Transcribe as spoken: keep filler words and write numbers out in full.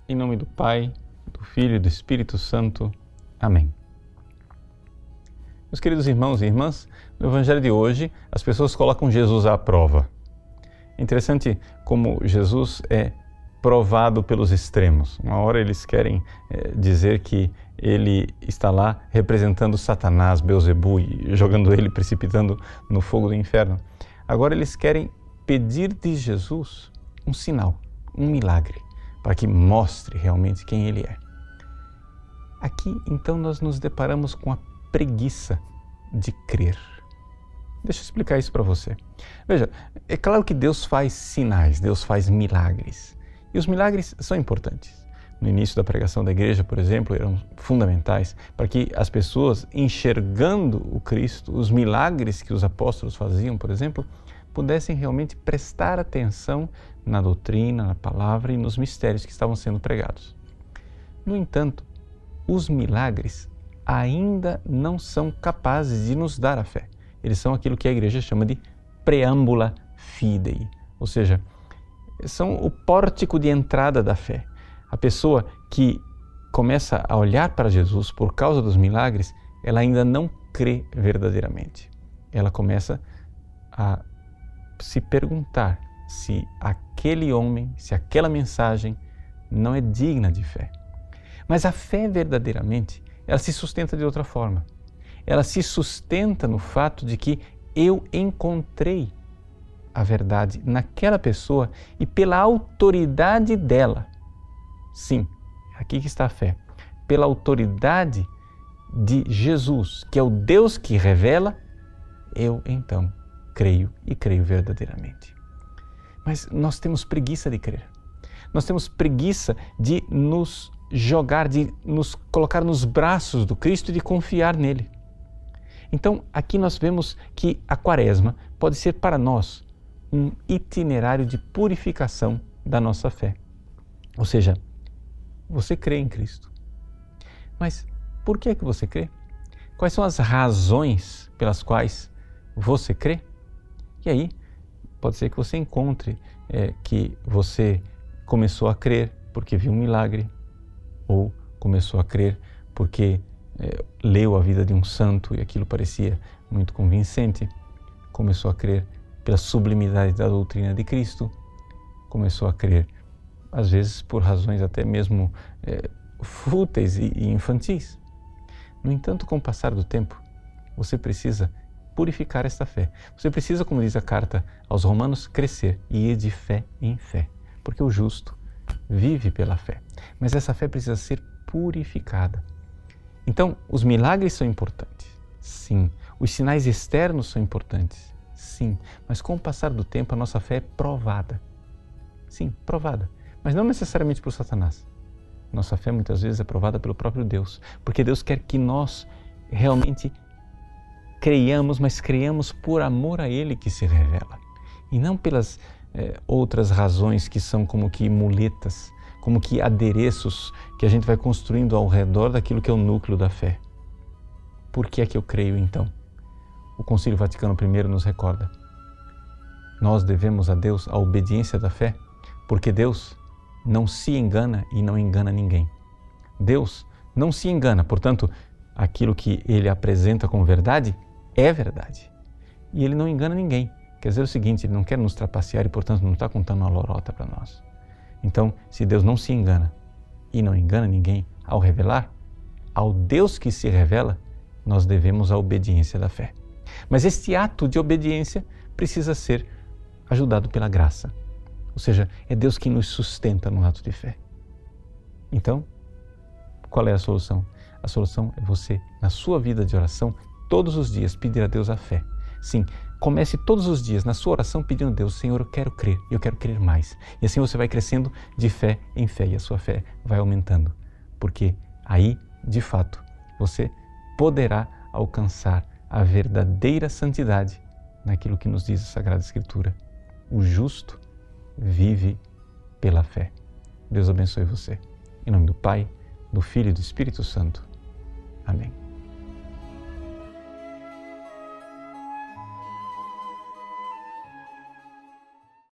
Em nome do Pai, do Filho e do Espírito Santo. Amém. Meus queridos irmãos e irmãs, no Evangelho de hoje, as pessoas colocam Jesus à prova. É interessante como Jesus é provado pelos extremos. Uma hora eles querem é, dizer que ele está lá representando Satanás, Beelzebu, e jogando ele, precipitando no fogo do inferno. Agora eles querem pedir de Jesus um sinal, um milagre, para que mostre realmente quem ele é. Aqui, então, nós nos deparamos com a preguiça de crer. Deixa eu explicar isso para você. Veja, é claro que Deus faz sinais, Deus faz milagres. E os milagres são importantes. No início da pregação da igreja, por exemplo, eram fundamentais para que as pessoas, enxergando o Cristo, os milagres que os apóstolos faziam, por exemplo, pudessem realmente prestar atenção na doutrina, na palavra e nos mistérios que estavam sendo pregados. No entanto, os milagres ainda não são capazes de nos dar a fé. Eles são aquilo que a igreja chama de preâmbula fidei, ou seja, são o pórtico de entrada da fé. A pessoa que começa a olhar para Jesus por causa dos milagres, ela ainda não crê verdadeiramente. Ela começa a se perguntar se aquele homem, se aquela mensagem não é digna de fé. Mas a fé verdadeiramente, ela se sustenta de outra forma. Ela se sustenta no fato de que eu encontrei a verdade naquela pessoa e pela autoridade dela. Sim, aqui que está a fé. Pela autoridade de Jesus, que é o Deus que revela, eu então creio e creio verdadeiramente. Mas nós temos preguiça de crer. Nós temos preguiça de nos jogar, de nos colocar nos braços do Cristo e de confiar nele. Então, aqui nós vemos que a Quaresma pode ser para nós um itinerário de purificação da nossa fé. Ou seja, você crê em Cristo. Mas por que é que você crê? Quais são as razões pelas quais você crê? E aí, pode ser que você encontre é, que você começou a crer porque viu um milagre, ou começou a crer porque é, leu a vida de um santo e aquilo parecia muito convincente, começou a crer pela sublimidade da doutrina de Cristo, começou a crer, às vezes por razões até mesmo é, fúteis e, e infantis. No entanto, com o passar do tempo, você precisa purificar esta fé. Você precisa, como diz a carta aos Romanos, crescer e ir de fé em fé, porque o justo vive pela fé. Mas essa fé precisa ser purificada. Então, os milagres são importantes, sim. Os sinais externos são importantes, sim. Mas com o passar do tempo, a nossa fé é provada. Sim, provada. Mas não necessariamente por Satanás. Nossa fé muitas vezes é provada pelo próprio Deus, porque Deus quer que nós realmente creiamos, mas creiamos por amor a Ele que se revela. E não pelas eh, outras razões que são como que muletas, como que adereços que a gente vai construindo ao redor daquilo que é o núcleo da fé. Por que é que eu creio então? O Concílio Vaticano I nos recorda. Nós devemos a Deus a obediência da fé, porque Deus não se engana e não engana ninguém. Deus não se engana, portanto, aquilo que Ele apresenta como verdade é verdade. E Ele não engana ninguém. Quer dizer o seguinte, Ele não quer nos trapacear e, portanto, não está contando uma lorota para nós. Então, se Deus não se engana e não engana ninguém ao revelar, ao Deus que se revela, nós devemos a obediência da fé. Mas este ato de obediência precisa ser ajudado pela graça. Ou seja, é Deus quem nos sustenta no ato de fé. Então, qual é a solução? A solução é você, na sua vida de oração, todos os dias pedir a Deus a fé. Sim, comece todos os dias na sua oração pedindo a Deus, Senhor, eu quero crer, eu quero crer mais. E assim você vai crescendo de fé em fé e a sua fé vai aumentando. Porque aí, de fato, você poderá alcançar a verdadeira santidade naquilo que nos diz a Sagrada Escritura. O justo vive pela fé. Deus abençoe você. Em nome do Pai, do Filho e do Espírito Santo. Amém.